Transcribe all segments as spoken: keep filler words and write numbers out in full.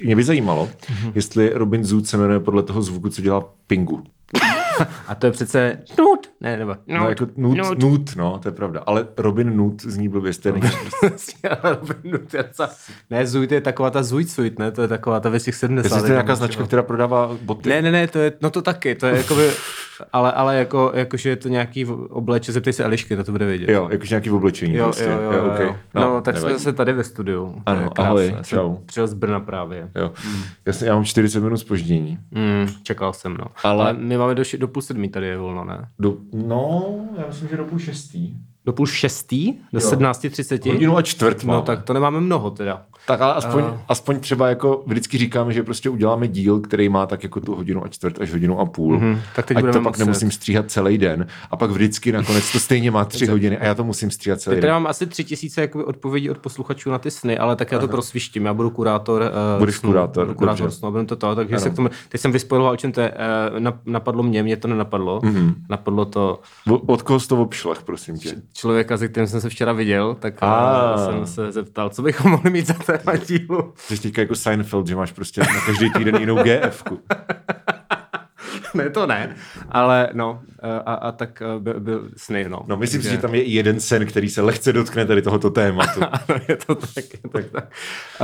Mě by zajímalo, mm-hmm. jestli Robin Zoot se jmenuje podle toho zvuku, co dělá Pingu. A to je přece nut, ne, nebo nut, no jako nut, nut. nut, no, to je pravda. Ale Robin Nut zní blbě, jste není. Robin Nut, ne, Zoot je taková ta Zuit, ne, to je taková ta věc těch sedmdesátých. Jestli to je nějaká značka, která prodává boty. Ne, ne, ne, to je, no to taky, to je jakoby, ale, ale jako, jakože je to nějaký obleče, zeptej se Elišky, to to bude vědět. Jo, jakože nějaký oblečení. Jo, prostě. jo, jo, jo, okay. jo. No, no tak nevadí. Jsme zase tady ve studiu. Ano, ahoj, čau. Přijel z Brna právě. Jo, mm. já, já mám čtyřicet minut zpoždění. Mm, čekal jsem, no. Ale, ale my máme do, do půl sedmí tady je volno, ne? Do, no, já myslím, že do půl šestý. Do půl šestý? Do sedmnáct třicet? Hodinu a čtvrt máme. No tak to nemáme mnoho teda. Tak ale aspoň, uh. aspoň třeba jako vždycky říkáme, že prostě uděláme díl, který má tak jako tu hodinu a čtvrt až hodinu a půl. Mm-hmm. Tak teď ať to pak muset. Nemusím stříhat celý den. A pak vždycky nakonec to stejně má tři hodiny a já to musím stříhat celý teď den. Teď mám asi tři tisíce odpovědí od posluchačů na ty sny, ale tak já to Aha. prosvištím. Já budu kurátor. Uh, Budeš snu, kurátor, budu kurátor snu, budem to to, takže se k tomu, teď jsem vyspojiloval, o čem to je. Uh, napadlo mě, mě to nenapadlo. Mm-hmm. Napadlo to. Od koho jsi to obšlech, prosím tě? Člověka, se kterým jsem se včera viděl, tak uh, jsem se zeptal, co bychom mohli mít za téma dílu. Jsi teďka jako Seinfeld, že máš prostě na každý týden jinou G F ku. Ne, to ne, ale no, a, a tak byl, byl sny, no. No, myslím si, že tam je jeden sen, který se lehce dotkne tady tohoto tématu. Ano, je to tak, je to tak. Uh,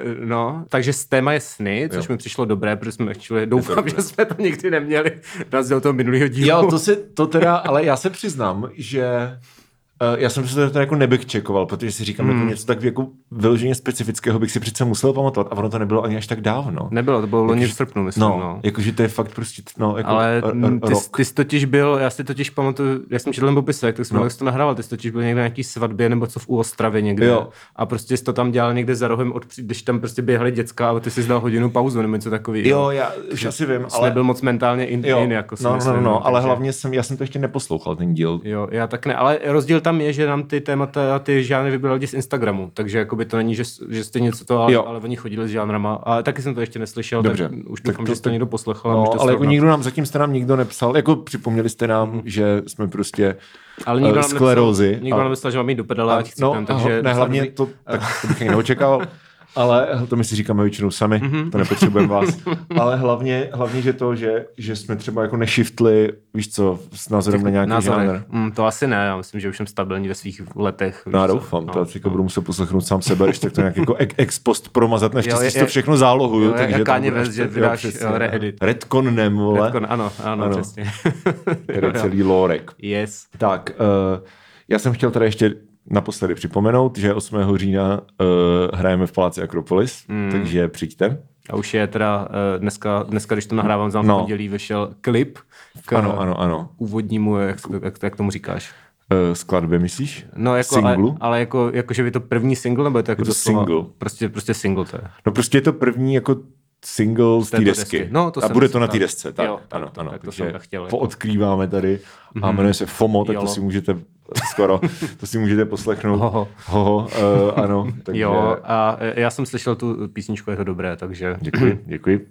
no, takže téma je sny, což jo. mi přišlo dobré, protože jsme chtěli, doufám, že jsme to nikdy neměli na rozdíl toho minulého dílu. Jo, to se, to teda, ale já se přiznám, že Uh, já jsem se to jako nebackcheckoval, protože si říkám, hmm. jako něco tak jako vyloženě specifického bych si přece musel pamatovat a ono to nebylo ani až tak dávno. Nebylo, to bylo loni v srpnu, myslím. No, no. jakože to je fakt prostě, no, jako ale r- r- ty, ty jsi totiž byl, já si totiž pamatuju, já jsem četl ten popisek, tak jsem no. to nahrával, ty jsi totiž byl někde na nějaký svatbě nebo co v Ostravě někde. Jo. A prostě jsi to tam dělal někde za rohem, od, když tam prostě běhali děcka a ty jsi dal hodinu pauzu nebo něco takového. Jo, já už asi vím, ale nebyl moc mentálně in, in jako no, myslím, no, no, no, ale hlavně jsem, já jsem to ještě neposlouchal, ten díl. Jo, já tak ne, ale rozdíl tam je, že nám ty témata a ty žánry vybrali lidi z Instagramu, takže jakoby to není, že, že jste něco to, ale, ale oni chodili s žánrama a taky jsem to ještě neslyšel, dobře, tak už doufám, tak to, že jste někdo poslechl. No, ale jako nikdo nám, zatím jste nám nikdo nepsal, jako připomněli jste nám, mm. že jsme prostě ale nikdo uh, sklerózy. Nikdo nám nepsal, že mám jít do pedale, ať no, chcípem, takže... Ne, hlavně to, tak to bych ani neočekával. Ale to my si říkáme většinou sami, mm-hmm. to nepotřebujeme vás. Ale hlavně, hlavně, že to, že, že jsme třeba jako nešiftli, víš co, s názorem na nějaký žánr. Mm, to asi ne, já myslím, že už jsem stabilní ve svých letech. No já doufám, no, to no. budu muset poslechnout sám sebe, když tak to nějak jako ex post promazat, naštěstí si to všechno zálohuju. Jo, takže jak Kanye West, že vydáš re-edit. Redconem, vole. Redcon, ano, ano, ano. Přesně. Tady celý lórek. Yes. Tak, uh, já jsem chtěl tady ještě naposledy připomenout, že osmého října uh, hrajeme v Paláci Akropolis, mm. takže přijďte. A už je teda uh, dneska, dneska, když to nahrávám za no. pondělí, vyšel klip k ano, ano, ano. úvodnímu, jak, jak, jak tomu říkáš? Uh, skladbě, myslíš? No, jako, Singlu? Ale, ale jako, jako, že je to první single, nebo je to jako je to doslova, single. Prostě, prostě single to je. No prostě je to první jako single z té desky. desky. No, to a bude to na té desce, tak. Jo, ano, tak, ano. Tak to takže jsem chtěl. poodkrýváme tady a jmenuje se FOMO, tak Jolo. to si můžete skoro, to si můžete poslechnout. Hoho. Hoho, uh, ano. Takže... Jo, a já jsem slyšel tu písničku, je to dobré, takže... Děkuji, děkuji.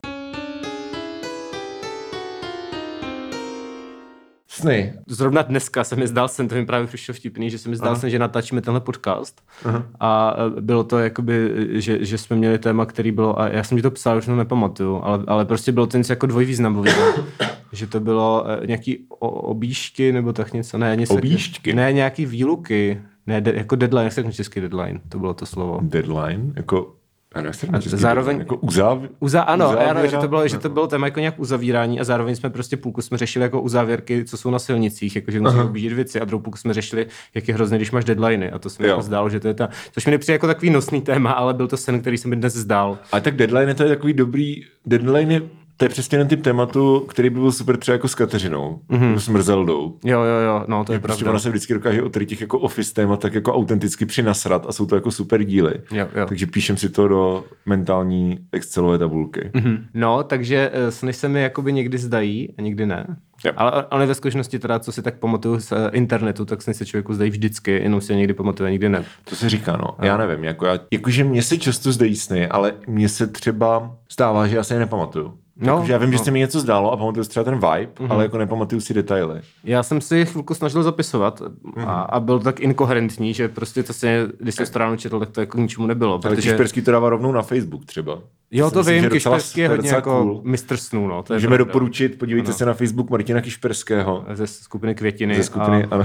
Sny. Zrovna dneska se mi zdál sen, to mi právě přišlo vtipný, že se mi zdál Aha. sen, že natáčíme tenhle podcast. Aha. A bylo to jakoby, že, že jsme měli téma, který bylo, a já jsem ti to psal, už to nepamatuju, ale, ale prostě bylo to něco jako dvojvýznam. Že to bylo nějaký obíšky, nebo tak něco, ne, něco. Obíšky? Ne, nějaký výluky, ne, de, jako deadline, jak se řekne český deadline, to bylo to slovo. Deadline? Jako... Ano, a zároveň jako uzáv... Uza, ano, uzávěra... ano, že to bylo, že to bylo téma jako nějak uzavírání a zároveň jsme prostě půlku jsme řešili jako uzávěrky, co jsou na silnicích, jakože musíme objíždět věci a druhou půlku jsme řešili, jak je hrozně, když máš deadliny a to se mi jako zdálo, že to je ta, což mi nepřijde jako takový nosný téma, ale byl to sen, který se mi dnes zdál. A tak deadline to je takový dobrý, deadline je to je přesně ten typ tématu, který by byl super třeba jako s Kateřinou, mm-hmm. nebo s Mrzeldou. Jo, jo, jo, no to je, je prostě pravda. Ona se vždycky dokáže o tady těch jako office témat tak jako autenticky přinasrat a jsou to jako super díly. Jo, jo. Takže píšem si to do mentální Excelové tabulky. Mm-hmm. No, takže sny se mi jakoby někdy zdají a někdy ne. Jo. Ale, ale ve skutečnosti teda, co si tak pamatuju z internetu, tak sny se člověku zdají vždycky, jenom si je někdy pamatuje, někdy ne. To se říká, no. Já nevím, jako já, jakože mně se často zdají sny, ale mně se třeba stává, že já se je nepamatuju. No, jako, já vím, no. že se mi něco zdálo a pamatuju si třeba ten vibe, mm-hmm. ale jako nepamatuju si detaily. Já jsem si chvilku snažil zapisovat mm-hmm. a, a byl tak inkoherentní, že prostě to se, když jsem to ráno četl, tak to jako ničemu nebylo. Ale protože... Kišperský to dává rovnou na Facebook třeba. Jo, to myslím, vím, Kišperský je hodně jako cool. mistr snů. No, to je můžeme pravda. Doporučit, podívejte ano. se na Facebook Martina Kišperského. Ze skupiny Květiny. Ze skupiny, a... ano.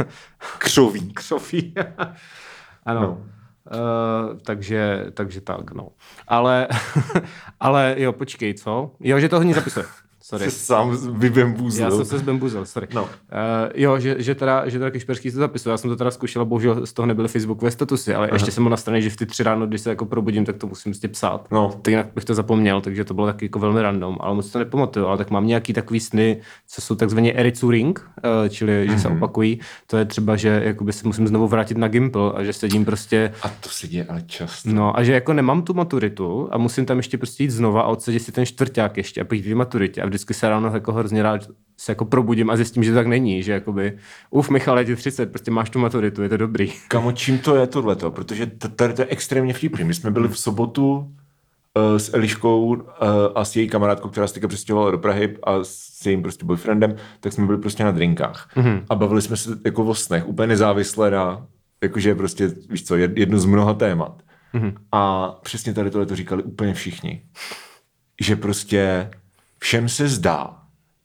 Křoví. Křoví. Ano. No. Uh, takže, takže tak, no. Ale, ale jo, počkej, co? Jo, že to hodně zapisuje. Sorry. Jsi sám vybembuzil. Já jsem se zbembuzil, sorry. No. Uh, jo, že, že teda, že teda Kišperský se zapisuje. Já jsem to teda zkoušel, bohužel z toho nebyly Facebookové statusy, ale Aha. ještě jsem byl nastavený, že v ty tři ráno, když se jako probudím, tak to musím prostě psát. No. Tak jinak bych to zapomněl, takže to bylo taky jako velmi random, ale moc to nepamatuju. Ale tak mám nějaký takový sny, co jsou takzvaně Erizuring, uh, čili mm-hmm. že se opakují. To je třeba, že jakoby se musím znovu vrátit na Gimple a že sedím prostě. A to se děje ale často. No a že jako nemám tu maturitu a musím tam ještě prostě jít znova a odsedět si ten čtvrťák ještě a pojít v maturitě a vždycky se ráno jako hrozně rád se jako probudím a zjistím, že to tak není, že jakoby uf, Michal, je ti třicet, prostě máš tu maturitu, je to dobrý. Kamo, čím to je tohleto? Protože tady to je extrémně vtipný. My jsme byli v sobotu uh, s Eliškou uh, a s její kamarádkou, která se teďka přestěhovala do Prahy a s jejím prostě boyfriendem, tak jsme byli prostě na drinkách. Mm-hmm. A bavili jsme se jako o snech, úplně nezávisle na, jakože prostě, víš co, jedno z mnoha témat. Mm-hmm. A přesně tady tohle to říkali úplně všichni. Že prostě všem se zdá,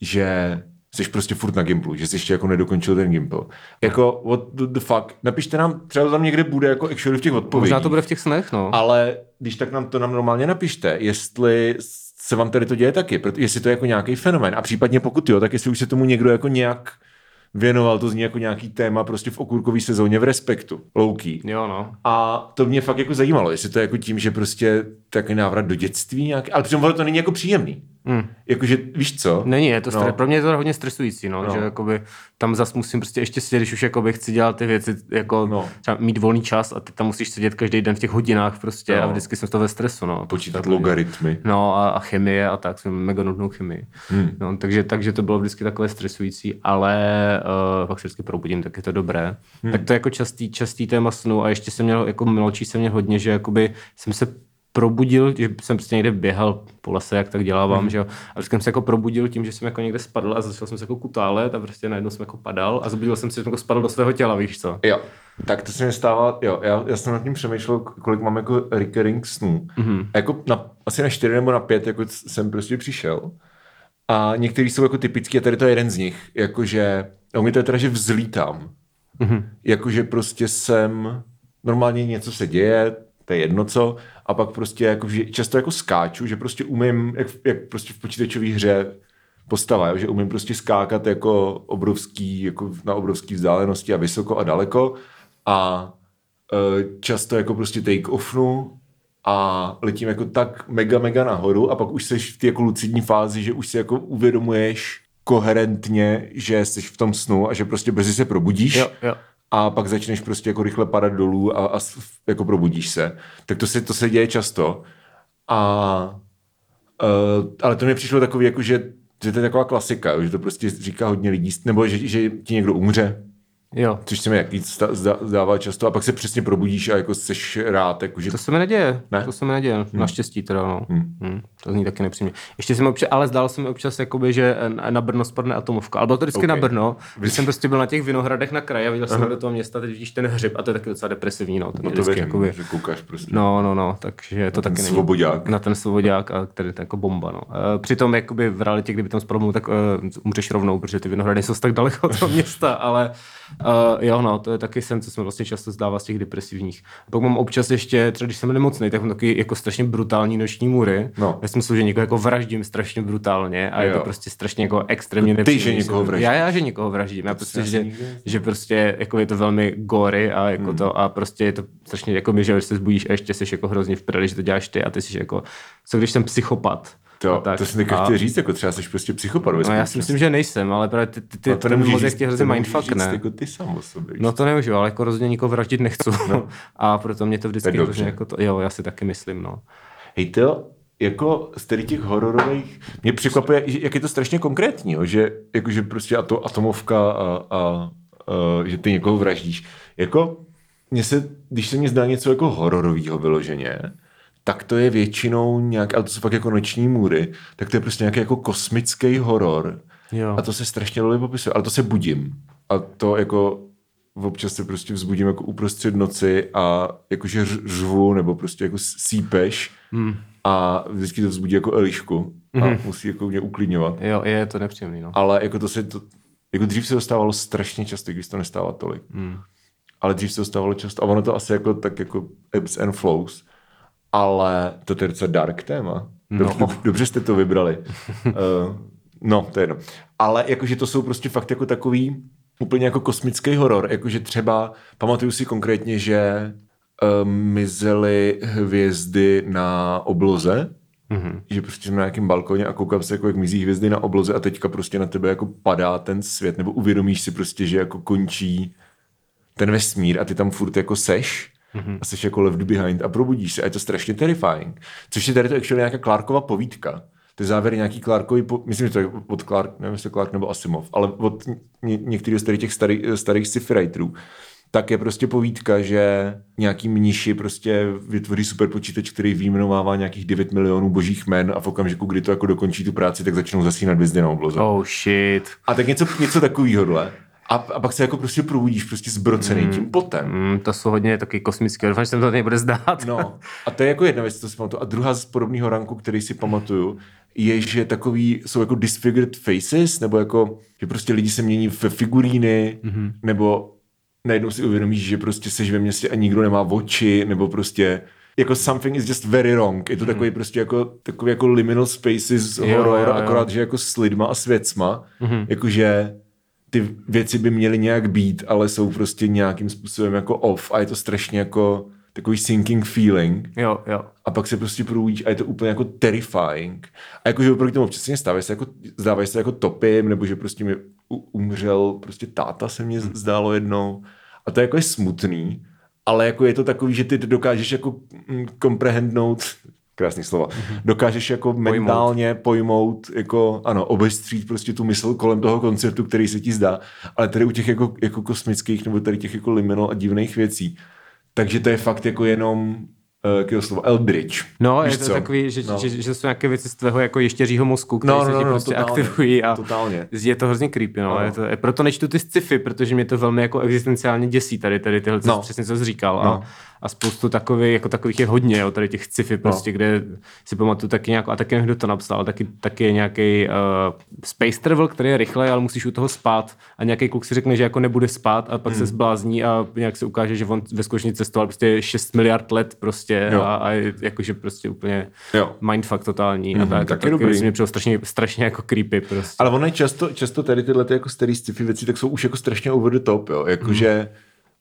že jsi prostě furt na Gimplu, že jsi ještě jako nedokončil ten Gimple. Jako, what the fuck? Napište nám, třeba tam někde bude jako actually v těch odpovědích. Možná to bude v těch snech, no. Ale když tak nám to nám normálně napište, jestli se vám tady to děje taky, jestli to je jako nějaký fenomén. A případně pokud jo, tak jestli už se tomu někdo jako nějak věnoval, to zní jako nějaký téma prostě v okurkový sezóně v Respektu. Low-key. Jo, no. A to mě fakt jako zajímalo, jestli to je jako tím, že prostě takový návrat do dětství nějaký, ale přitom to není jako příjemný. Hmm. Jakože, víš co? Není, je to stres, no. Pro mě je to hodně stresující, no, no. Že jakoby tam zas musím prostě ještě sedět, když už jakoby chci dělat ty věci, jako no. třeba mít volný čas a ty tam musíš sedět každý den v těch hodinách prostě no. a vždycky jsem to ve stresu, no. Počítat logaritmy. No a, a chemie a tak, jsem mega nudnou chemii. Hmm. No, takže, takže to bylo vždycky takové stresující, ale uh, pak se vždycky probudím, tak je to dobré. Hmm. Tak to je jako častý, častý téma snu a ještě jsem měl, jako mladší jsem měl hodně, že jakoby jsem se probudil, že jsem prostě někde běhal po lese, jak tak dělávám, mm. že jo. A vždycky jsem se jako probudil tím, že jsem jako někde spadl a začal jsem se jako kutálet a prostě najednou jsem jako padal a zbudil jsem se, že jsem jako spadl do svého těla, víš co. Jo, tak to se mi stává, jo, já, já jsem nad tím přemýšlel, kolik mám jako recurring snů. Mm. A jako na, asi na čtyři nebo na pět jako jsem prostě přišel a některý jsou jako typický a tady to je jeden z nich, jakože, a u mě to je teda, že vzlítám. Mm. Jakože prostě jsem, normálně něco se děje, to je jedno co, a pak prostě jako, že často jako skáču, že prostě umím, jak, jak prostě v počítačové hře postava, jo, že umím prostě skákat jako obrovský, jako na obrovský vzdálenosti a vysoko a daleko a e, často jako prostě take offnu a letím jako tak mega, mega nahoru a pak už seš v té jako lucidní fázi, že už si jako uvědomuješ koherentně, že jsi v tom snu a že prostě brzy se probudíš. Jo, jo. A pak začneš prostě jako rychle padat dolů a, a jako probudíš se. Tak to se, to se děje často. A, uh, ale to mi přišlo takový, jako, že, že to je taková klasika, jo, že to prostě říká hodně lidí, nebo že, že ti někdo umře. Jo. Což se mi jak víc zdává často a pak se přesně probudíš a jako seš rád. Jako, že... To se mi neděje. Ne? To se mi neděje. Hmm. Naštěstí teda, no. Hmm. Hmm. To zní taky nepřímě. Ještě jsem občas, ale zdálo se mi občas, jakoby, že na Brno spadne atomovka. Ale bylo to vždycky okay. na Brno, když jsem prostě byl na těch Vinohradech na kraji a viděl jsem do toho města, teď vidíš ten hřib a to je taky docela depresivní. No, no to vždycky, jakoby... že koukáš prostě. No, no, no, takže to na taky ten není. Svobodák. Na ten svobodák, a který je jako bomba. No. E, přitom jakoby v realitě, kdyby tam spadl, tak uh, umřeš rovnou, protože ty Vinohrady jsou tak daleko od toho města, ale uh, jo, no, to je taky sen, co jsme vlastně často zdává z těch depresivních. A pak mám občas ještě, třeba když jsem nemocný, tak mám taky jako strašně brutální noční můry. No. Já si myslím, že někoho jako vraždím strašně brutálně a jo. Je to prostě strašně jako extrémně nepříjemný. Ty, že někoho vraždíš. Já, já, že někoho vraždím. Já prostě, že, že prostě jako je to velmi gory a jako hmm. to a prostě je to strašně jako mi, že se zbudíš a ještě jsi jako hrozně v prdeli, že to děláš ty a ty jsi jako, co když jsem psychopat. To, tak, to jsem teďka chtěl říct, jako třeba jsi prostě psychopat. No já si myslím, že nejsem, ale právě ty, ty, ty no to nemůžeš říct, hrozně mindfuck, ne? Jako ty sám o sobě. No to nemůžu, ale jako rozhodně nikoho vraždit nechci. No. A proto mě to vždycky hrozně jako to, jo, já si taky myslím, no. Hej to, jako z tady těch hororových, mě překvapuje, jak je to strašně konkrétní, jo, že, jako, že prostě ato, atomovka a, a, a že ty někoho vraždíš. Jako, mně se, když se mi zdá něco jako hororovýho vyloženě, tak to je většinou nějak, ale to jsou fakt jako noční můry, tak to je prostě nějaký jako kosmický horor. Jo. A to se strašně dlouho popisuje, ale to se budím. A to jako občas se prostě vzbudím jako uprostřed noci a jakože řvu nebo prostě jako sípeš hmm. a vždycky to vzbudí jako Elišku a hmm. musí jako mě uklidňovat. Jo, je to nepříjemný, no. Ale jako to se to, jako dřív se dostávalo strašně často, když to nestává tolik. Hmm. Ale dřív se dostávalo často a ono to asi jako tak jako ebbs and flows. Ale to je docela dark téma. Dobře, no. dobře jste to vybrali. uh, no, to je jedno. Ale jakože to jsou prostě fakt jako takový úplně jako kosmický horor. Jakože třeba, pamatuju si konkrétně, že uh, mizely hvězdy na obloze. Mm-hmm. Že prostě jsem na nějakém balkoně a koukám se, jako jak mizí hvězdy na obloze a teďka prostě na tebe jako padá ten svět. Nebo uvědomíš si prostě, že jako končí ten vesmír a ty tam furt jako seš. Mm-hmm. A jsi jako left behind a probudíš se a je to strašně terrifying. Což je tady to actually nějaká Clarkova povídka. To je závěr nějaký Clarkový, po... myslím, že to je od Clark, nevím, jestli Clark nebo Asimov, ale od ně, některých z tady těch starých, starých sci-fi writerů, tak je prostě povídka, že nějaký mniši prostě vytvoří superpočítač, který vyjmenovává nějakých devět milionů božích jmen a v okamžiku, kdy to jako dokončí tu práci, tak začnou zasínat hvězdy na obloze. Oh shit. A tak něco, něco takovýhodle. A, a pak se jako prostě probudíš prostě zbrocený mm, tím potem. Mm, to jsou hodně taky kosmické, doufám, že se to nebude zdát. No a to je jako jedna věc, co si pamatuju. A druhá z podobného ranku, který si pamatuju, je, že takový jsou jako disfigured faces, nebo jako, že prostě lidi se mění ve figuríny, mm-hmm. nebo najednou si uvědomíš, že prostě seš ve městě a nikdo nemá oči, nebo prostě jako something is just very wrong. Je to mm. takový prostě jako, takový jako liminal spaces horor, jo, jo, jo. akorát, že jako s lidma a s věcma, mm-hmm. jakože ty věci by měly nějak být, ale jsou prostě nějakým způsobem jako off a je to strašně jako takový sinking feeling. Jo, jo. A pak se prostě probudíš a je to úplně jako terrifying. A jakože oproti tomu občas se stávají se jako, zdávají se jako topím, nebo že prostě mi umřel prostě táta se mně zdálo jednou. A to jako je smutný, ale jako je to takový, že ty dokážeš jako komprehendnout, krásný slova, dokážeš jako pojmout. mentálně pojmout, jako ano, obestřít prostě tu mysl kolem toho konceptu, který se ti zdá, ale tady u těch jako, jako kosmických nebo tady těch jako liminal a divných věcí. Takže to je fakt jako jenom jakého slova, Eldritch. No, víš je to co? Takový, že, no. že, že, že jsou nějaké věci z tvého jako ještěřího mozku, které no, se no, ti no, prostě totálně, aktivují a totálně. Je to hrozně creepy, no. no. Je to, je, proto nečtu ty sci-fi, protože mě to velmi jako existenciálně děsí tady, tady tyhle, no. přesně co jsi říkal. No. A, a spoustu takových, jako takových je hodně, jo, tady těch sci-fi prostě, no. kde si pamatuju taky nějakou, a taky nevím, kdo to napsal, taky, taky je nějaký uh, space travel, který je rychlej, ale musíš u toho spát a nějaký kluk si řekne, že jako nebude spát a pak hmm. se zblázní a nějak se ukáže, že on ve skutečnosti cestoval prostě šest miliard let prostě a, a je jakože prostě úplně jo. mindfuck totální. Mm-hmm, a tak, tak, tak mě přijde strašně, strašně jako creepy prostě. Ale ono je často, často tady tyhle ty jako starý sci-fi věci, tak jsou už jako strašně over the top, jo. Jakože mm.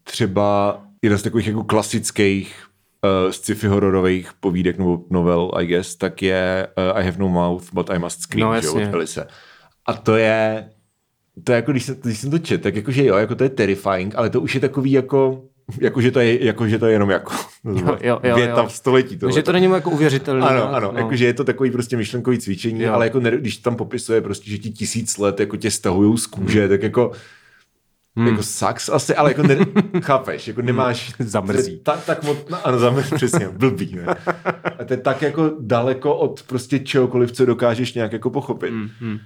třeba jeden z takových jako klasických uh, sci-fi hororových povídek nebo novel, I guess, tak je uh, I have no mouth, but I must scream, no, že, od Elise. A to je, to je jako, když jsem, když jsem to čet, tak jakože jo, jako to je terrifying, ale to už je takový jako Jakože to je, jakože to je jenom jako jo, jo, jo, věta jo. v století. Že to není jako uvěřitelné. Ano, ano, no. Jakože je to takový prostě myšlenkový cvičení, jo. ale jako ne, když tam popisuje prostě, že ti tisíc let jako tě stahujou z kůže, hmm. tak jako hmm. jako sucks asi, ale jako ne, chápeš, jako nemáš... Zamrzí. Tak, tak moc, no, ano, zamrzí, přesně, blbý, ne? A to je tak jako daleko od prostě čehokoliv, co dokážeš nějak jako pochopit. Hmm. Hmm.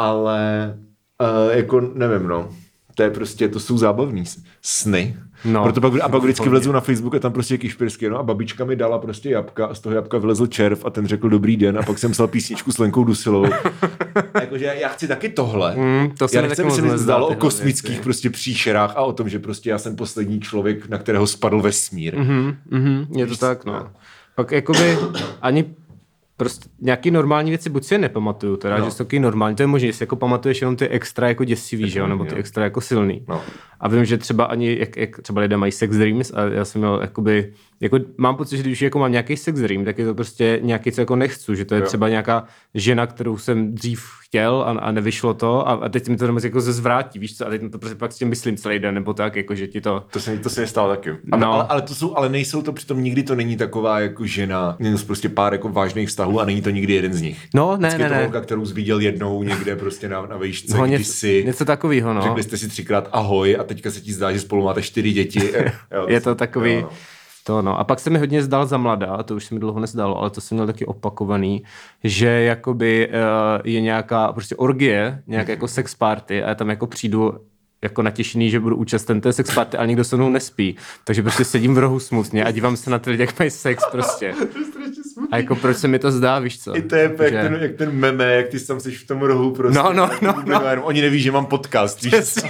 Ale uh, jako nevím, no. To je prostě, to jsou zábavný sny. No, Proto pak, a pak vždycky vlezu na Facebook a tam prostě kyšpirsky, no a babička mi dala prostě jabka a z toho jabka vylezl červ a ten řekl dobrý den a pak jsem psal písničku s Lenkou Dusilovou. Jakože já chci taky tohle. Mm, to já nechci, aby se mi zdálo o kosmických věci. Prostě příšerách a o tom, že prostě já jsem poslední člověk, na kterého spadl vesmír. Mm-hmm, mm-hmm, je to tak, no. Pak jakoby ani prostě nějaký normální věci buď si je nepamatuju, teda, no. že jsou taky normální, to je možné, jestli jako pamatuješ jenom ty extra jako děsivý, že jo, nebo ty extra jako silný. No. A vím, že třeba ani, jak, jak třeba lidé mají sex dreams a já jsem měl jakoby, jako mám pocit, že když jako mám nějaký sex dream, tak je to prostě nějaký, co jako nechci, že to je jo. třeba nějaká žena, kterou jsem dřív chtěl a, a nevyšlo to a, a teď mi to jenom jako zezvrátí, víš co, a teď to prostě pak s tím myslím celý den, nebo tak, jako že ti to... To se, to se stalo taky. A, no. ale, ale, to jsou, ale nejsou to přitom, nikdy to není taková jako žena, není to prostě pár jako vážných vztahů a není to nikdy jeden z nich. No, ne, Vždycky ne, je to ne. holka, kterou jsi viděl jednou někde prostě na, na vejšce, no, kdysi. Něco takového, no. Řekli jste si třikrát ahoj a teďka se ti zdá, že spolu máte čtyři děti. Jo, je to takový... Jo, no. To no. A pak se mi hodně zdal za mladá, to už se mi dlouho nezdalo, ale to jsem měl taky opakovaný, že jakoby uh, je nějaká prostě orgie, nějaká jako sex party a já tam jako přijdu jako natěšený, že budu účasten té sex party, ale nikdo se mnou nespí. Takže prostě sedím v rohu smutně a dívám se na ty lidi, jak mají sex prostě. A jako proč se mi to zdá, víš co? I to je že... jak, ten, jak ten meme, jak ty tam jsi v tom rohu prostě. No, no, no. no. Oni neví, že mám podcast, víš co?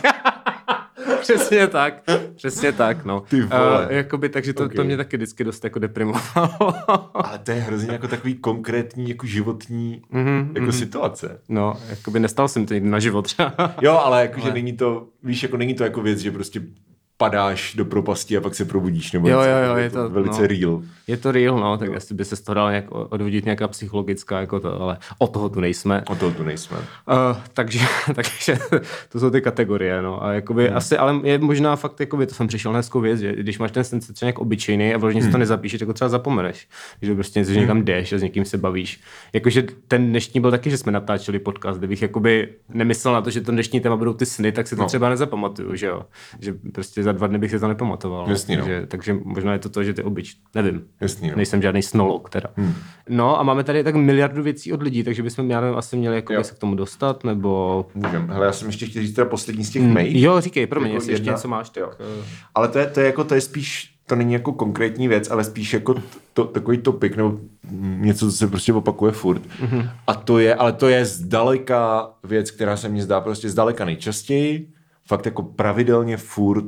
Přesně tak, přesně tak, no. Ty vole. Uh, jakoby, takže to, okay. to mě taky vždycky dost jako deprimovalo. Ale to je hrozně jako takový konkrétní, jako životní mm-hmm, jako mm-hmm. situace. No, jakoby nestal jsem to někdy na život třeba. Jo, ale jakože ale... není to, víš, jako není to jako věc, že prostě padáš do propasti a pak se probudíš, nebo jo, něco, jo, jo, je, je to, to velice no. real. Je to real, no, tak asi by se z toho dal nějak odvodit nějaká psychologická, jako to, ale o toho tu nejsme. O toho tu nejsme. Uh, takže, takže to jsou ty kategorie, no, a jakoby hmm. asi, ale je možná fakt, jakoby, to jsem přišel na hezkou věc, že když máš ten sen třeba nějak obyčejný a vložně hmm. si to nezapíšeš, jako třeba zapomeneš, že prostě něco, že někam jdeš a s někým se bavíš. Jakože ten dnešní byl taky, že jsme natáčeli podcast, kdybych jakoby nemyslel na to, že to dnešní téma budou ty sny, tak si to no. třeba nezapamatuju, že jo, že prostě za dva dny bych si to nepamatoval. Jasný, no. takže, takže možná je to to, že ty obyč, nevím. Jasný, no. Nejsem žádný snolog teda. Hmm. No a máme tady tak miliardu věcí od lidí, takže bychom měli, asi měli jako se k tomu dostat, nebo... Můžeme. Hele, já jsem ještě chtěl říct teda poslední z těch hmm. mailů. Jo, říkej, pro mě, jako jestli ještě něco máš. Tak... Jo. Ale to je, to je jako, to je spíš, to není jako konkrétní věc, ale spíš jako to, takový topik, nebo něco, co se prostě opakuje furt. Mm-hmm. A to je, ale to je zdaleka věc, která se mně zdá prostě zdaleka nejčastěji, fakt jako pravidelně furt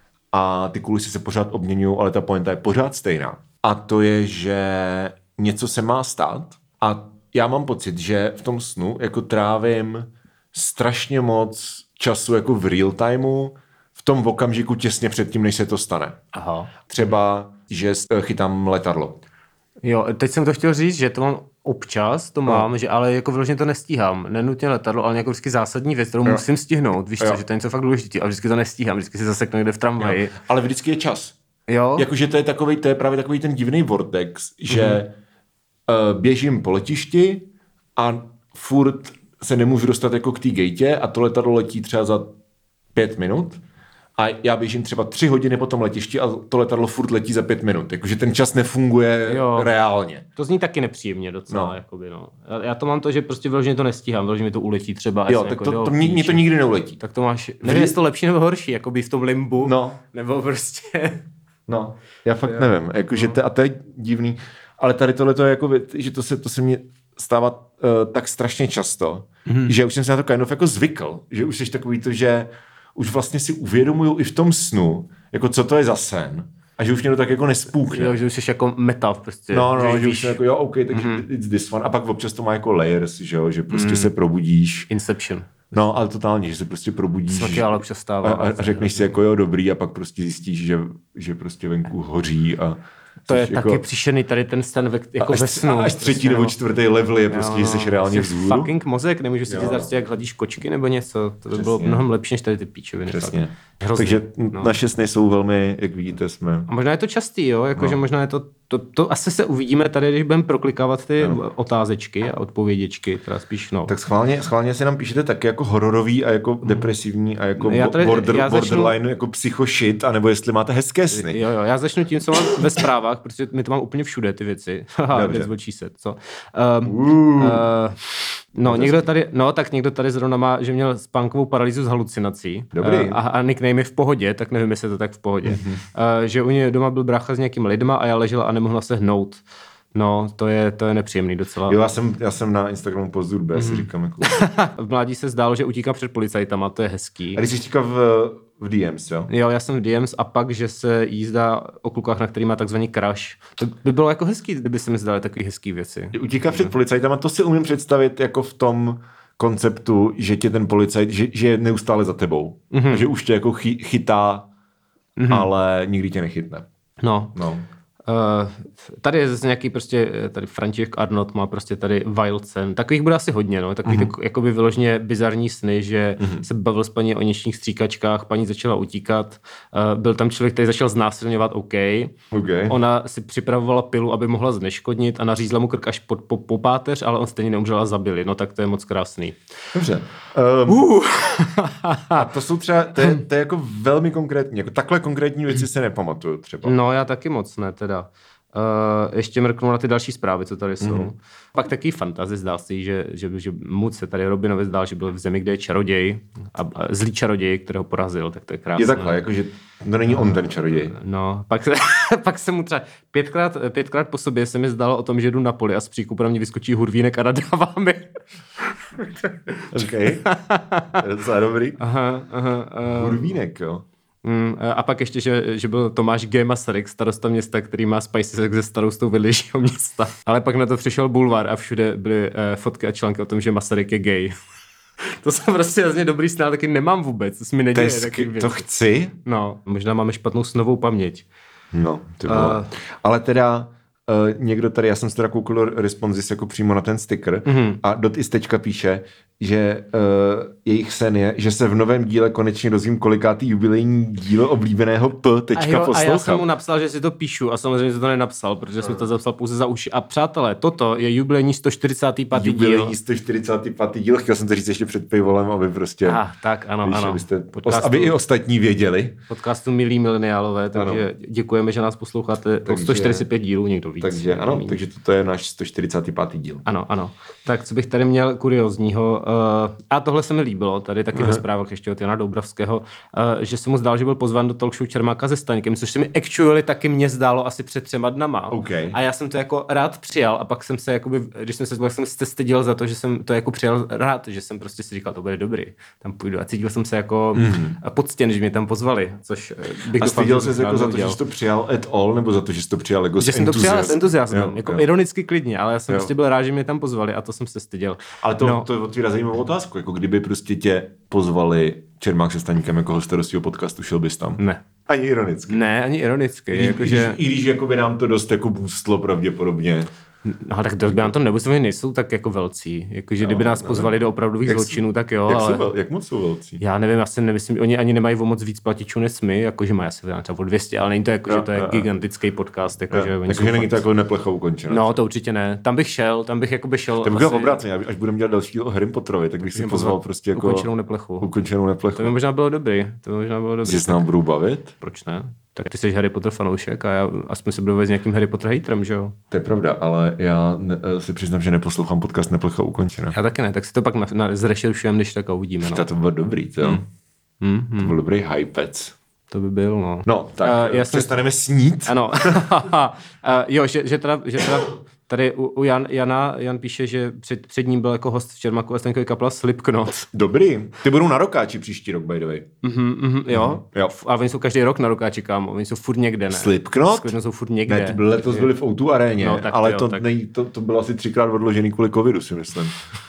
a ty kulisy se pořád obměňují, ale ta pointa je pořád stejná. A to je, že něco se má stát a já mám pocit, že v tom snu jako trávím strašně moc času jako v real timeu, v tom okamžiku těsně předtím, než se to stane. Aha. Třeba, že chytám letadlo. Jo, teď jsem to chtěl říct, že to mám občas, to mám, no. že ale jako vyloženě to nestíhám. Nenutně letadlo, ale nějakou vždycky zásadní věc, kterou jo. musím stihnout. Víš co, že to je něco fakt důležitý, a vždycky to nestíhám, vždycky si zaseknu někde v tramvaji. Jo. Ale vždycky je čas. Jo. Jakože to je takovej, to je právě takový ten divný vortex, že mm-hmm. uh, běžím po letišti a furt se nemůžu dostat jako k té gatě a to letadlo letí třeba za pět minut. A já běžím třeba tři hodiny po tom letišti a to letadlo furt letí za pět minut. Jakože ten čas nefunguje jo. reálně. To zní taky nepříjemně docela. No. Jakoby, no. Já to mám to, že prostě vyloženě to nestíhám. Vyloženě mi to uletí třeba. Jo, tak jako, to, to, mě to nikdy neuletí. Tak to máš, nevím, jestli to lepší nebo horší, jakoby v tom limbu. No. Nebo prostě... No, já fakt jo. nevím. Jakože no. to, a to je divný. Ale tady tohle to je jako, že to se, to se mně stává uh, tak strašně často, mm-hmm. že už jsem se na to kind of jako zvykl. Že už jsi takový to, že už vlastně si uvědomuju i v tom snu, jako co to je za sen. A že už mě to tak jako nespůkne. Jo, že už jsi jako meta prostě. No, no, že, že už jsem jako, jo, OK, takže mm-hmm. it's this one. A pak občas to má jako layers, že jo, že prostě mm. se probudíš. Inception. No, ale totálně, že se prostě probudíš. Taky ale občas stává. A, a, a řekneš si jako jo, dobrý, a pak prostě zjistíš, že, že prostě venku hoří a... To je jako, taky příšerný tady ten stan ve, jako ve snu. Až třetí nebo čtvrtý level je prostě, že jsi reálně vzhůru. Fucking mozek, nemůžu si říct, jak hladíš kočky nebo něco. To by bylo mnohem lepší, než tady ty píčoviny. Přesně. Takže no. naše sny jsou velmi, jak vidíte, jsme... A možná je to častý, jo? Jako, no. že možná je to, to, to asi se uvidíme tady, když budeme proklikávat ty no. otázečky a odpověděčky, teda spíš, no. Tak schválně, schválně si nám píšete taky jako hororový a jako depresivní a jako já tady, border, já začnu... borderline, jako psychoshit, anebo jestli máte hezké sny. Jo, jo, já začnu tím, co mám ve zprávách, protože my to mám úplně všude, ty věci. Haha, věc se, co? Um, uh. Uh, no, někdo tady, no, tak někdo tady zrovna má, že měl spánkovou paralýzu z halucinací. Dobrý. Uh, a, a nickname je v pohodě, tak nevím, jestli je to tak v pohodě. Mm-hmm. Uh, že u něj doma byl brácha s nějakými lidma a já ležela a nemohla se hnout. No, to je, to je nepříjemný docela. Jo, já jsem, já jsem na Instagramu Pozdurbe, mm-hmm. si říkám. Jako... v mládí se zdálo, že utíká před policajtama, to je hezký. A když jsi utíká v, v D Ms, jo? Jo, já jsem v D Ms a pak, že se jízdá o klukách, na který má takzvaný crush. To by bylo jako hezký, kdyby se mi zdaly takový hezký věci. Utíká před policajtama, to si umím představit jako v tom konceptu, že tě ten policajt, že, že je neustále za tebou. Mm-hmm. Že už tě jako chy, chytá, mm-hmm. ale nikdy tě nechytne. No. no. Uh, tady je zase nějaký prostě, tady František Arnold má prostě tady Wildsen. Takových bude asi hodně, no. Takový mm-hmm. tak, jakoby vyloženě bizarní sny, že mm-hmm. se bavil s paní o něčních stříkačkách, paní začala utíkat, uh, byl tam člověk, který začal znásilňovat, OK. okay. Ona si připravovala pilu, aby mohla zneškodnit a nařízla mu krk až pod, po, po páteř, ale on stejně neumřel a zabili. No tak to je moc krásný. Dobře. Um, uh. A to jsou třeba, to je, to je jako velmi konkrétní, jako takhle konkrétní věci se nepamatuju třeba. No já taky moc ne, teda. Uh, ještě mrknu na ty další zprávy, co tady jsou. Mm. Pak taky fantazie zdál si, že, že, že Mood se tady Robinovi zdál, že byl v zemi, kde je čaroděj a, a zlý čaroděj, kterého porazil, tak to je krásné. Je takhle, jakože to není on ten čaroděj. No, pak se, pak se mu třeba pětkrát, pětkrát po sobě se mi zdálo o tom, že jdu na poli a z příkupu na mě vyskočí hurvínek a nadává mi. Okej, to je docela dobrý. Aha, aha. Uh, hurvínek, jo. Mm, a pak ještě, že, že byl Tomáš G. Masaryk, starosta města, který má spicy sex se starostou vedlejšího města. Ale pak na to přišel bulvár a všude byly eh, fotky a články o tom, že Masaryk je gay. To jsem prostě jasně dobrý sny, ale taky nemám vůbec. To se mi neděje. Sk- to chci? No, možná máme špatnou snovou paměť. No, ty vole. Uh, ale teda uh, někdo tady, já jsem si teda koukl do Responsis jako přímo na ten sticker mm-hmm. a dot istečka píše, že uh, jejich sen je, že se v novém díle konečně dozvím, kolikátý jubilejní díl oblíbeného P. A, jo, a já jsem mu napsal, že si to píšu a samozřejmě to nenapsal, protože jsem to zapsal pouze za uši. A přátelé, toto je jubilejní sto čtyřicátý pátý díl. Jubilejní sto čtyřicátý pátý díl, chtěl jsem to říct ještě před pivolem, aby prostě... Ah, tak, ano, víš, ano. Abyste, podcastu, aby i ostatní věděli. Podcastu Milí mileniálové, takže ano. Děkujeme, že nás posloucháte. Takže, sto čtyřicet pět dílů, někdo víc. Takže ano, víc. Takže toto je náš sto čtyřicátý pátý díl. Ano, ano. Tak co bych tady měl kuriozního, uh, a tohle se mi líbilo, tady taky ve zprávách ještě od Jana Doubravského, uh, že se mu zdál, že byl pozván do talk show Čermáka se Staňkem, což se mi actually taky mě zdálo asi před třema dnama. Okay. A já jsem to jako rád přijal a pak jsem se jakoby, když jsem se zvolil, jsem se styděl za to, že jsem to jako přijal rád, že jsem prostě si říkal, to bude dobrý, tam půjdu a cítil jsem se jako mm. poctěn, že mě tam pozvali, což bych a styděl jsem se jako za to, že jsi to přijal at all, nebo za to, že jsi to přijal jako že jsem to přijal s entuziasmem, jo, jako jo. ironicky klidně, ale já jsem jo. prostě byl rád, že mě tam pozvali a to jsem se styděl. Ale to, no. to otvírá zajímavou otázku, jako kdyby prostě tě pozvali Čermák se Staňkem jako hosta do svého podcastu, šel bys tam? Ne. Ani ironicky. Ne, ani ironicky. I, jako, i, že... I když jakoby nám to dost jako boostlo pravděpodobně. No tak to by nám to nebudou, nejsou tak jako velcí. Jakože kdyby nás pozvali do opravdových jak zločinů, tak jo. Jak, ale... jsou, jak moc jsou velcí? Já nevím, asi nemyslím, oni ani nemají o moc víc platičů než my, jakože mají asi třeba o dvě stě, ale není to jako, jo, že to je jo, gigantický podcast. Jako, jo, že takže není to jako neplecha ukončené. No to určitě ne. Tam bych šel, tam bych jakoby šel. Tam bych asi... obráceně, až budeme dělat další o Harry Potterovi, tak bych si pozval prostě jako ukončenou neplechu. Ukončenou neplechu. To by možná bylo dobrý. To by možná bylo dobrý. Že se nám budou bavit? Proč ne? Tak ty jsi Harry Potter fanoušek a já aspoň se budu vést s nějakým Harry Potter haterem, že jo? To je pravda, ale já ne, si přiznám, že neposlouchám podcast Neplecha ukončená. Já taky ne, tak si to pak na, na, zrešeršujeme, když tak a uvidíme. No. To bylo dobrý, to. Hmm. Hmm, hmm. To byl dobrý hypec. To by byl, no. No, tak uh, přestaneme snít. Ano. uh, jo, že, že teda, že teda tady u, u Jan, Jana, Jan píše, že před, před ním byl jako host v Čermáku a Staňkovi kapela Slipknot. Dobrý. Ty budou na Rokáči příští rok, by the way. Mm-hmm, mm-hmm, jo. Mm-hmm, jo. Ale oni jsou každý rok na Rokáči, kámo. Oni jsou furt někde, ne? Slipknot? Skutečně jsou furt někde. Ne, ty letos byli v ó dva aréně, no, ale jo, to, tak... nej, to, to bylo asi třikrát odložený kvůli covidu, si myslím.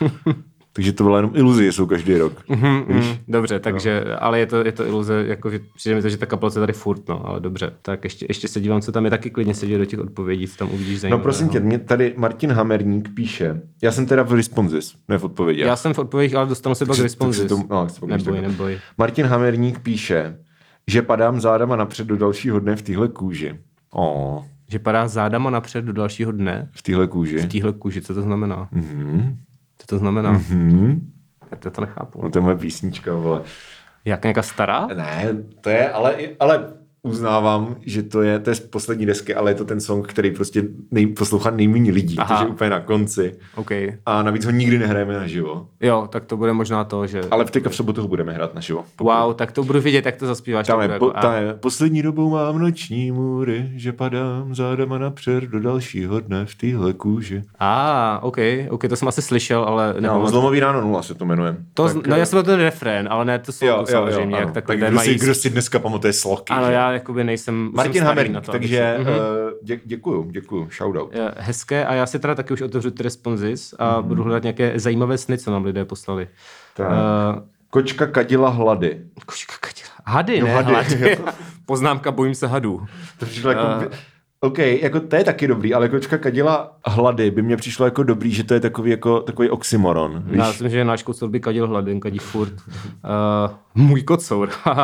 Takže to byla jenom iluze, jsou každý rok. Mm, mm, dobře, takže, no. ale je to, je to iluze, jako, že přijde mi to, že ta kapelace tady furt, no, ale dobře. Tak ještě, ještě se dívám, co tam je, taky klidně sedí do těch odpovědí, co tam uvidíš zajímavé. No prosím tě, mě tady Martin Hamerník píše, já jsem teda v Responsis, ne v odpovědích. Já jsem v odpovědích, ale dostanu se pak v Responsis. To, no, neboj, neboj. Martin Hamerník píše, že padám zádama napřed do dalšího dne v téhle kůži. Oh. Že padá zádama napřed do dalšího dne? V téhle kůži. V téhle kůži, co to znamená? Mhm. Co to znamená? Mm-hmm. Já to, to nechápu. No to je moje písnička, vole. Jak nějaká stará? Ne, to je, ale, ale uznávám, že to je, to je z poslední desky, ale je to ten song, který prostě nej, poslouchá nejméně lidí, Aha. takže úplně na konci. Okay. A navíc ho nikdy nehrajeme naživo. Jo, tak to bude možná to, že... Ale v teďka v sobotu ho budeme hrát naživo. Wow, tak to budu vidět, jak to zaspíváš. Tam je, po, jako, tam je, poslední dobou mám noční můry, že padám zádama napřed do dalšího dne v téhle kůži. A, ah, ok, ok, to jsem asi slyšel, ale... No, Zlomový ráno nula se to jmenuje. To, tak, no já jsem ten refrén, ale ne to slovo samozřejmě. Jo, jak tak kdo, si, kdo si dneska pamatuje sloky. Ano, že? Já jakoby nejsem... Martin Hamerník, takže uh, dě, děkuju, děkuju, shoutout. Hezké a já si teda taky už otevřu ty Responsis a mm. budu hledat nějaké zajímavé sny, co nám lidé poslali. Tak. Uh, Kočka kadila hlady. Kočka kadila. Hady, no, ne hady. Hlady. Poznámka, bojím se hadů. To přišlo jako... Uh, OK, jako to je taky dobrý, ale kočka kadila hlady by mě přišlo jako dobrý, že to je takový jako takový oxymoron. Já myslím, že náš kocour by kadil hlady, kadí furt. Uh, můj kocour. uh,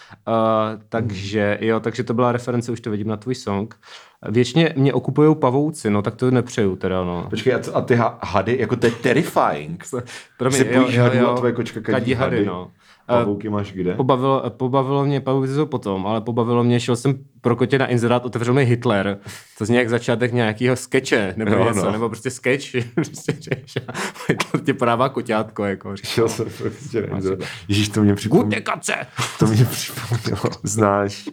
takže jo, takže to byla reference, už to vidím na tvůj song. Věčně mě okupujou pavouci, no tak to nepřeju teda, no. Počkej, a, co, a ty ha- hady, jako to je terrifying. Pro mě, jo, jo, jo, a tvoje kočka kadí, kadí hady, hady. No. Pavouky máš kde? Pobavilo, pobavilo mě, pavouci jsou potom, ale pobavilo mě, šel jsem pro kotě na inzerát, otevřel mi Hitler. To zní jak začátek nějakého skeče, nebo jo, něco, no. Nebo prostě sketch. Hitler tě podává koťátko, jako. Šel jsem prostě na inzerát. Ježíš, to mě připomnělo. Gute Katze! To mě připomnělo. Znáš...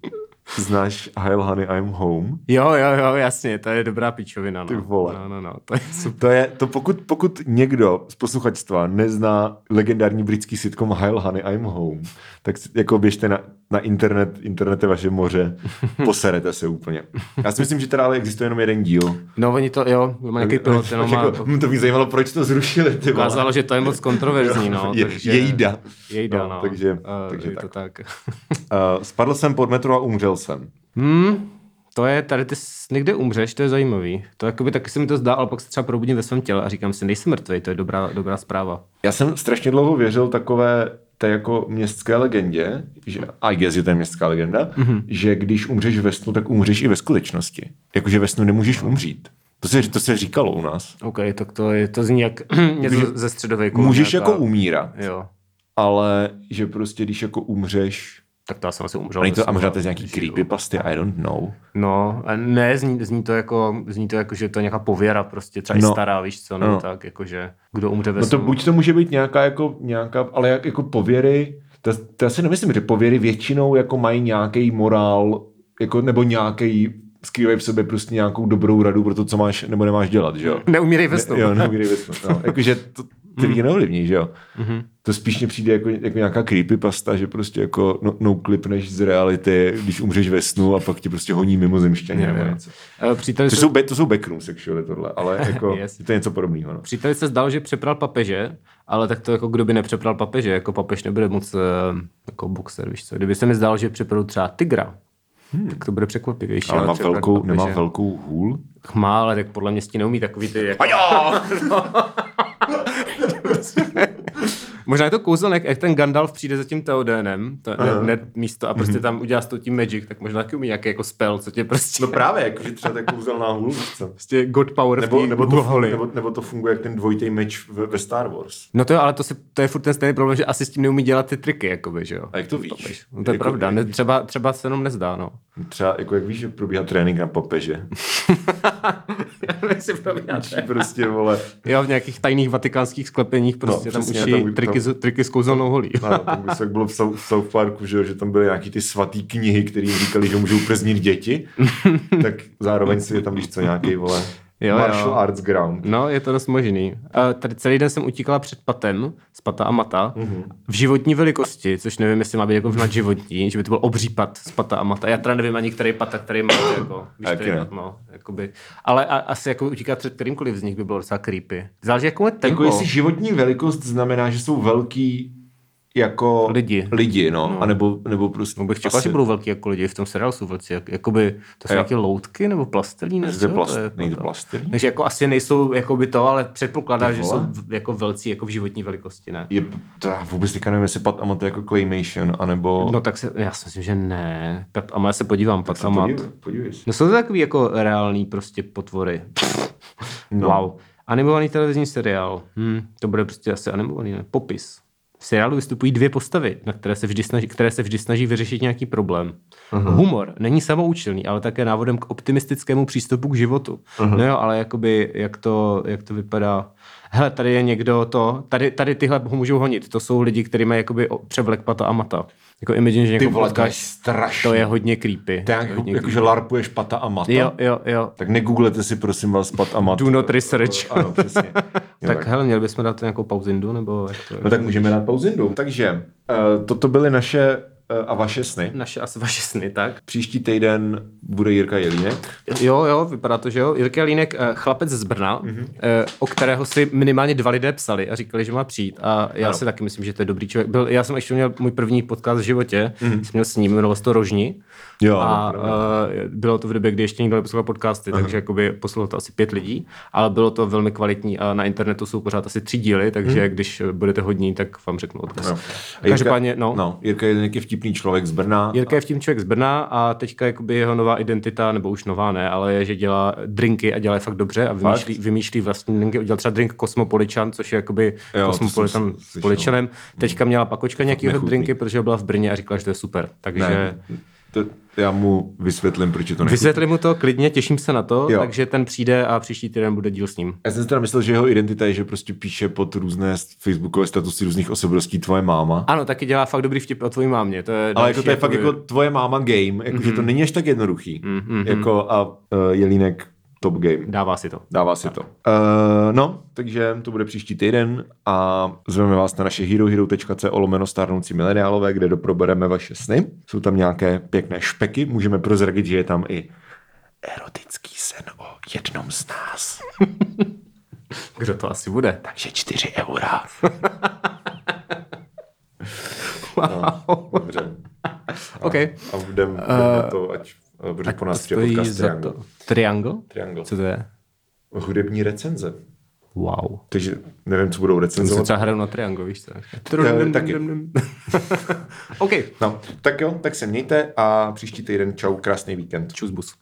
Znáš Heil Honey, I'm Home? Jo, jo, jo, jasně, to je dobrá píčovina. No. Ty vole. No, no, no, to je super. To je, to pokud, pokud někdo z posluchačstva nezná legendární britský sitcom Heil Honey, I'm Home, tak jako běžte na, na internet, internet je vaše moře, poserete se úplně. Já si myslím, že teda ale existuje jenom jeden díl. No oni to, jo, má nějaký pilot, jenom má... Jako, to mě zajímalo, proč to zrušili, ty vole. Ukázalo, že to je moc kontroverzní, no. Je, takže... Jejda. Jejda, no. no. Takže, uh, takže je tak. to tak. uh, spadl jsem pod metro a umřel jsem. Hmm, to je, tady ty někde umřeš, to je zajímavý. To jakoby taky se mi to zdá, ale pak se třeba probudím ve svém těle a říkám si, nejsem mrtvej, to je dobrá, dobrá zpráva. Já jsem strašně dlouho věřil takové té jako městské legendě, že I guess je to městská legenda, mm-hmm. že když umřeš ve snu, tak umřeš i ve skutečnosti. Jakože ve snu nemůžeš umřít. To se, to se říkalo u nás. OK, tak to, je, to zní jak něco ze středověku. Můžeš nějaká... jako umírat, jo. ale že prostě když jako umřeš... Tak to já jsem asi umřel. A, to, a možná to je z nějaký creepypasty, I don't know. No, ne, zní, zní, to jako, zní to jako, že to je nějaká pověra prostě, třeba no. stará, víš co, nebo no. tak, jakože kdo umře ve No to buď to může být nějaká jako, nějaká, ale jak, jako pověry, to, to já si nemyslím, že pověry většinou jako mají nějaký morál, jako, nebo nějaký skrývají v sobě prostě nějakou dobrou radu pro to, co máš nebo nemáš dělat, že jo? Neumírej ve snu. Ne, jo, neumírej ve snu. No. Jakože to, to mm. neovlivní, že jo? Mm-hmm. To spíš mě přijde jako, jako nějaká creepypasta, že prostě jako no, no klipneš z reality, když umřeš ve snu a pak ti prostě honí mimozemšťané nebo něco. To, se... jsou, to jsou backrooms actually tohle, ale jako yes. je to něco podobného. No. Příteli se zdal, že přepral papeže, ale tak to jako kdo by nepřepral papeže, jako papež nebude moc jako boxer, víš co? Kdyby se mi zdal, že přepral třeba tygra, Hmm. tak to bude překvapivější. Ale má velkou, nemá velkou hůl? Má, ale tak podle mě s tím neumí takový ty... Jako... no. Možná je to kouzelné, jak ten Gandalf přijde za tím Theodenem, to uh-huh. ne, ne, místo a prostě tam udělá s tím magic, tak možná taky umí nějaký jako spell, co tě prostě... No právě, jakože třeba tak kouzelná hůl, co? Prostě God power nebo, nebo, to funguje, nebo, nebo to funguje jak ten dvojitý meč ve, ve Star Wars. No to jo, ale to, se, to je furt ten stejný problém, že asi s tím neumí dělat ty triky, jakoby, že jo. A jak to víš? No to je jako, pravda, ne, třeba, třeba se jenom nezdá, no. Třeba, jako jak víš, že probíhá trénink na papeže. Já nevím, si probíhá trénink. Prostě, vole. Jo, v nějakých tajných vatikánských sklepeních prostě no, tam učí tam, triky, tam, triky s kouzelnou holí. No, tam by se jak bylo v South, South Parku, že, že tam byly nějaký ty svatý knihy, které říkali, že můžou preznit děti, tak zároveň si je tam, víš co, nějaký, vole, jo, martial jo. arts ground. No, je to dost možný. Uh, tady celý den jsem utíkala před patem, z pata a mata, mm-hmm. v životní velikosti, což nevím, jestli má být jako v nadživotní, že by to byl obří pat z pata a mata. Já teda nevím ani, který pat, který má, jako, víš, který pat, no, jakoby. Ale a, asi jako utíkat před kterýmkoliv z nich by bylo docela creepy. Záleží, jakou je tempo. Jako jestli životní velikost znamená, že jsou velký jako lidi, lidi no, no. A nebo, nebo prostě... No bych čekal, asi... že budou velký jako lidi, v tom seriálu jsou velcí, jak, jakoby, to jsou jo. nějaké loutky nebo plastelíny? To je plast, nejde plastelín? Takže jako asi nejsou jakoby to, ale předpokládá, že jsou jako velcí jako v životní velikosti, ne? Je, to já vůbec teďka nevím, jestli Pat Amat je jako claymation, anebo... No tak se, já si myslím, že ne. Pat Amat, já se podívám, Pat Amat. Podívej, podívej no jsou to takový jako reální prostě potvory. No. Wow. Animovaný televizní seriál. Hm, to bude prostě asi animovaný, ne? Popis. V seriálu vystupují dvě postavy, na které se vždy snaží, které se vždy snaží vyřešit nějaký problém. Uh-huh. Humor není samoučelný, ale také návodem k optimistickému přístupu k životu. Uh-huh. No jo, ale jakoby, jak to, jak to vypadá... Hele, tady je někdo to... Tady, tady tyhle ho můžou honit. To jsou lidi, kteří mají jakoby převlek pata a mata. Jako imagine, že někoho potkáš, to je hodně creepy. Tak, jakože larpuješ pata a mata. Jo, jo, jo. Tak negooglete si prosím vás pat a mat. Do not research. Ano, přesně. Jo, tak, tak hele, měli bychom dát nějakou pauzindu, nebo jak to je? No tak můžeme dát pauzindu. Takže uh, toto byly naše a vaše sny. Naše asi vaše sny, tak. Příští týden bude Jirka Jelínek. Jo, jo, vypadá to, že jo. Jirka Jelínek, chlapec z Brna, mm-hmm. o kterého si minimálně dva lidé psali a říkali, že má přijít. A já ano. si taky myslím, že to je dobrý člověk. Byl, já jsem ještě měl můj první podcast v životě, mm-hmm. jsem měl s ním, jmenovalo se to Rožni. Jo, a uh, bylo to v době, kdy ještě nikdo neposlouchal podcasty, Aha. takže jakoby poslouchalo to asi pět lidí, ale bylo to velmi kvalitní a na internetu jsou pořád asi tři díly, takže hmm. když budete hodní, tak vám řeknu odkaz. No. Každopádně, no. no. Jirka je nějaký vtipný člověk z Brna. Jirka je vtipný člověk z Brna a teďka jakoby jeho nová identita, nebo už nová ne, ale je, že dělá drinky a dělá je fakt dobře a vymýšlí, vymýšlí vlastní drinky. Udělal třeba drink Cosmopolitan, což je jakoby jo, Cosmopolitan s Poličanem. Teďka měla Pakočka nějakýho drinky, protože byla v Brně a říkala, že to je super. Takže ne. To já mu vysvětlím, proč je to nechutí. Vysvětlím mu to klidně, těším se na to, jo. takže ten přijde a příští týden bude díl s ním. Já jsem si teda myslel, že jeho identita je, že prostě píše pod různé facebookové statusy různých osobností tvoje máma. Ano, taky dělá fakt dobrý vtip o tvojí mámě. To je ale jako to je fakt jako tvoje máma game, jako mm-hmm. že to není až tak jednoduchý. Mm-hmm. Jako a uh, Jelínek top game. Dává si to. Dává si to. Uh, no, takže to bude příští týden a zveme vás na naše herohero.co lomeno stárnoucí mileniálové, kde doprobereme vaše sny. Jsou tam nějaké pěkné špeky, můžeme prozradit, že je tam i erotický sen o jednom z nás. Kdo to asi bude? Takže čtyři eura. Wow. No, dobře. OK. A budeme uh, na to, ať protože po nás přijde podcast Triangle. Triangle. Triangle? Co to je? Hudební recenze. Wow. Takže nevím, co budou recenzovat. Jsem se hraju na Triangle, víš co? Uh, taky. OK. No, tak jo, tak se mějte a příští týden čau, krásný víkend. Čus bus.